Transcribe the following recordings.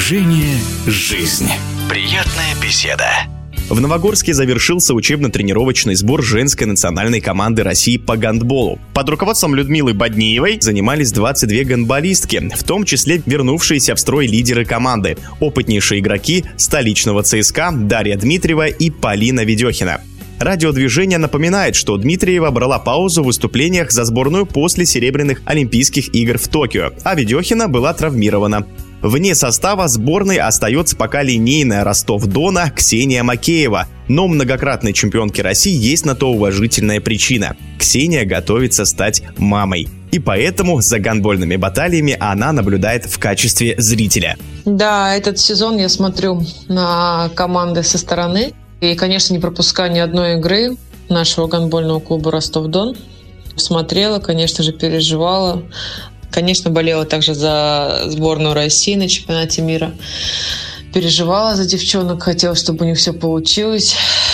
Движение «Жизнь». Приятная беседа. В Новогорске завершился учебно-тренировочный сбор женской национальной команды России по гандболу. Под руководством Людмилы Бодниевой занимались 22 гандболистки, в том числе вернувшиеся в строй лидеры команды, опытнейшие игроки столичного ЦСКА Дарья Дмитриева и Полина Ведехина. Радиодвижение напоминает, что Дмитриева брала паузу в выступлениях за сборную после Серебряных Олимпийских игр в Токио, а Ведехина была травмирована. Вне состава сборной остается пока линейная Ростов-Дона Ксения Макеева, но многократной чемпионке России есть на то уважительная причина. Ксения готовится стать мамой. И поэтому за гандбольными баталиями она наблюдает в качестве зрителя. Да, этот сезон я смотрю на команды со стороны. И, конечно, не пропускаю ни одной игры нашего гандбольного клуба «Ростов-Дон». Смотрела, конечно же, переживала. Конечно, болела также за сборную России на чемпионате мира. Переживала за девчонок, хотела, чтобы у них все получилось,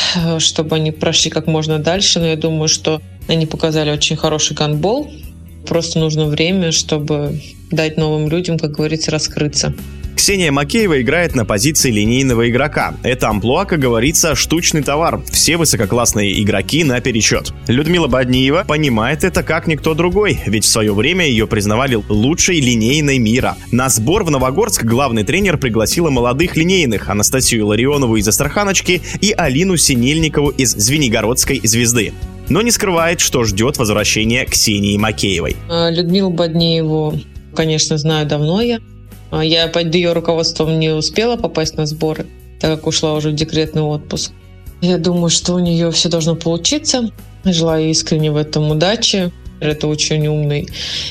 чтобы они прошли как можно дальше. Но я думаю, что они показали очень хороший гандбол. Просто нужно время, чтобы дать новым людям, как говорится, раскрыться. Ксения Макеева играет на позиции линейного игрока. Это амплуа, как говорится, штучный товар. Все высококлассные игроки наперечет. Людмила Бодниева понимает это как никто другой, ведь в свое время ее признавали лучшей линейной мира. На сбор в Новогорск главный тренер пригласила молодых линейных Анастасию Ларионову из Астраханочки и Алину Синельникову из Звенигородской «Звезды». Но не скрывает, что ждет возвращения Ксении Макеевой. Людмилу Бодниеву, конечно, знаю давно я. Я под ее руководством не успела попасть на сборы, так как ушла уже в декретный отпуск. Я думаю, что у нее все должно получиться. Желаю искренне в этом удачи. Это очень умный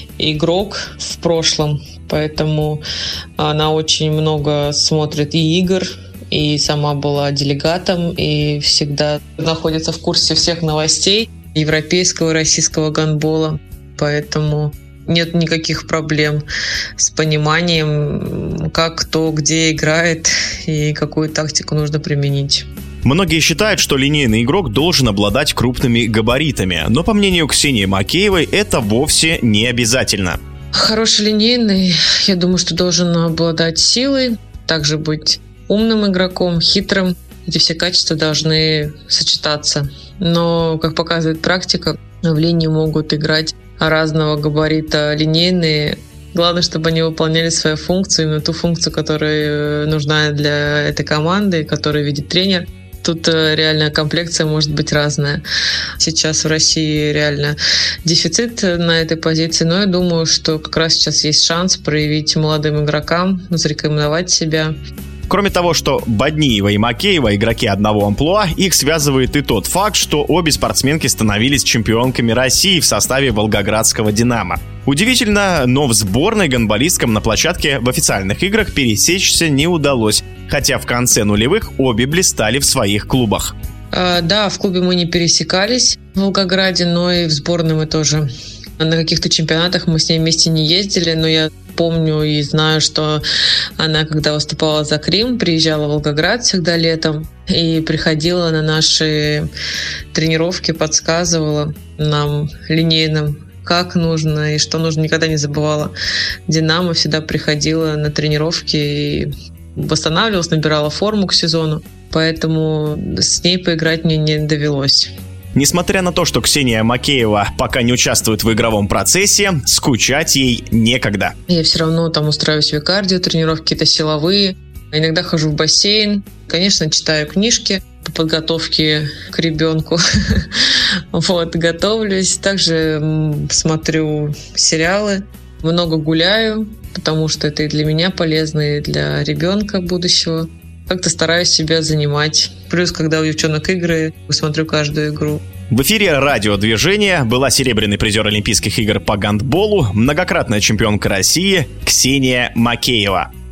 игрок в прошлом, поэтому она очень много смотрит и игр, и сама была делегатом, и всегда находится в курсе всех новостей европейского и российского гандбола. Поэтому нет никаких проблем с пониманием, как кто где играет и какую тактику нужно применить. Многие считают, что линейный игрок должен обладать крупными габаритами, но по мнению Ксении Макеевой это вовсе не обязательно. Хороший линейный, я думаю, что должен обладать силой, также быть умным игроком, хитрым. Эти все качества должны сочетаться. Но, как показывает практика, в линии могут играть разного габарита линейные. Главное, чтобы они выполняли свою функцию, именно ту функцию, которая нужна для этой команды, которую видит тренер. Тут реально комплекция может быть разная. Сейчас в России реально дефицит на этой позиции, но я думаю, что как раз сейчас есть шанс проявить молодым игрокам, зарекомендовать себя. Кроме того, что Бодниева и Макеева игроки одного амплуа, их связывает и тот факт, что обе спортсменки становились чемпионками России в составе волгоградского «Динамо». Удивительно, но в сборной гандболисткам на площадке в официальных играх пересечься не удалось, хотя в конце нулевых обе блистали в своих клубах. Да, в клубе мы не пересекались в Волгограде, но и в сборной мы тоже. На каких-то чемпионатах мы с ней вместе не ездили, но я помню и знаю, что она, когда выступала за Крим, приезжала в Волгоград всегда летом и приходила на наши тренировки, подсказывала нам линейным, как нужно и что нужно, никогда не забывала. «Динамо» всегда приходила на тренировки и восстанавливалась, набирала форму к сезону, поэтому с ней поиграть мне не довелось. Несмотря на то, что Ксения Макеева пока не участвует в игровом процессе, скучать ей некогда. Я все равно там устраиваю себе кардио, тренировки какие-то силовые. Иногда хожу в бассейн. Конечно, читаю книжки по подготовке к ребенку. Готовлюсь. Также смотрю сериалы. Много гуляю, потому что это и для меня полезно, и для ребенка будущего. Как-то стараюсь себя занимать. Плюс, когда у девчонок игры, смотрю каждую игру. В эфире радиодвижения была серебряный призер Олимпийских игр по гандболу, многократная чемпионка России Ксения Макеева.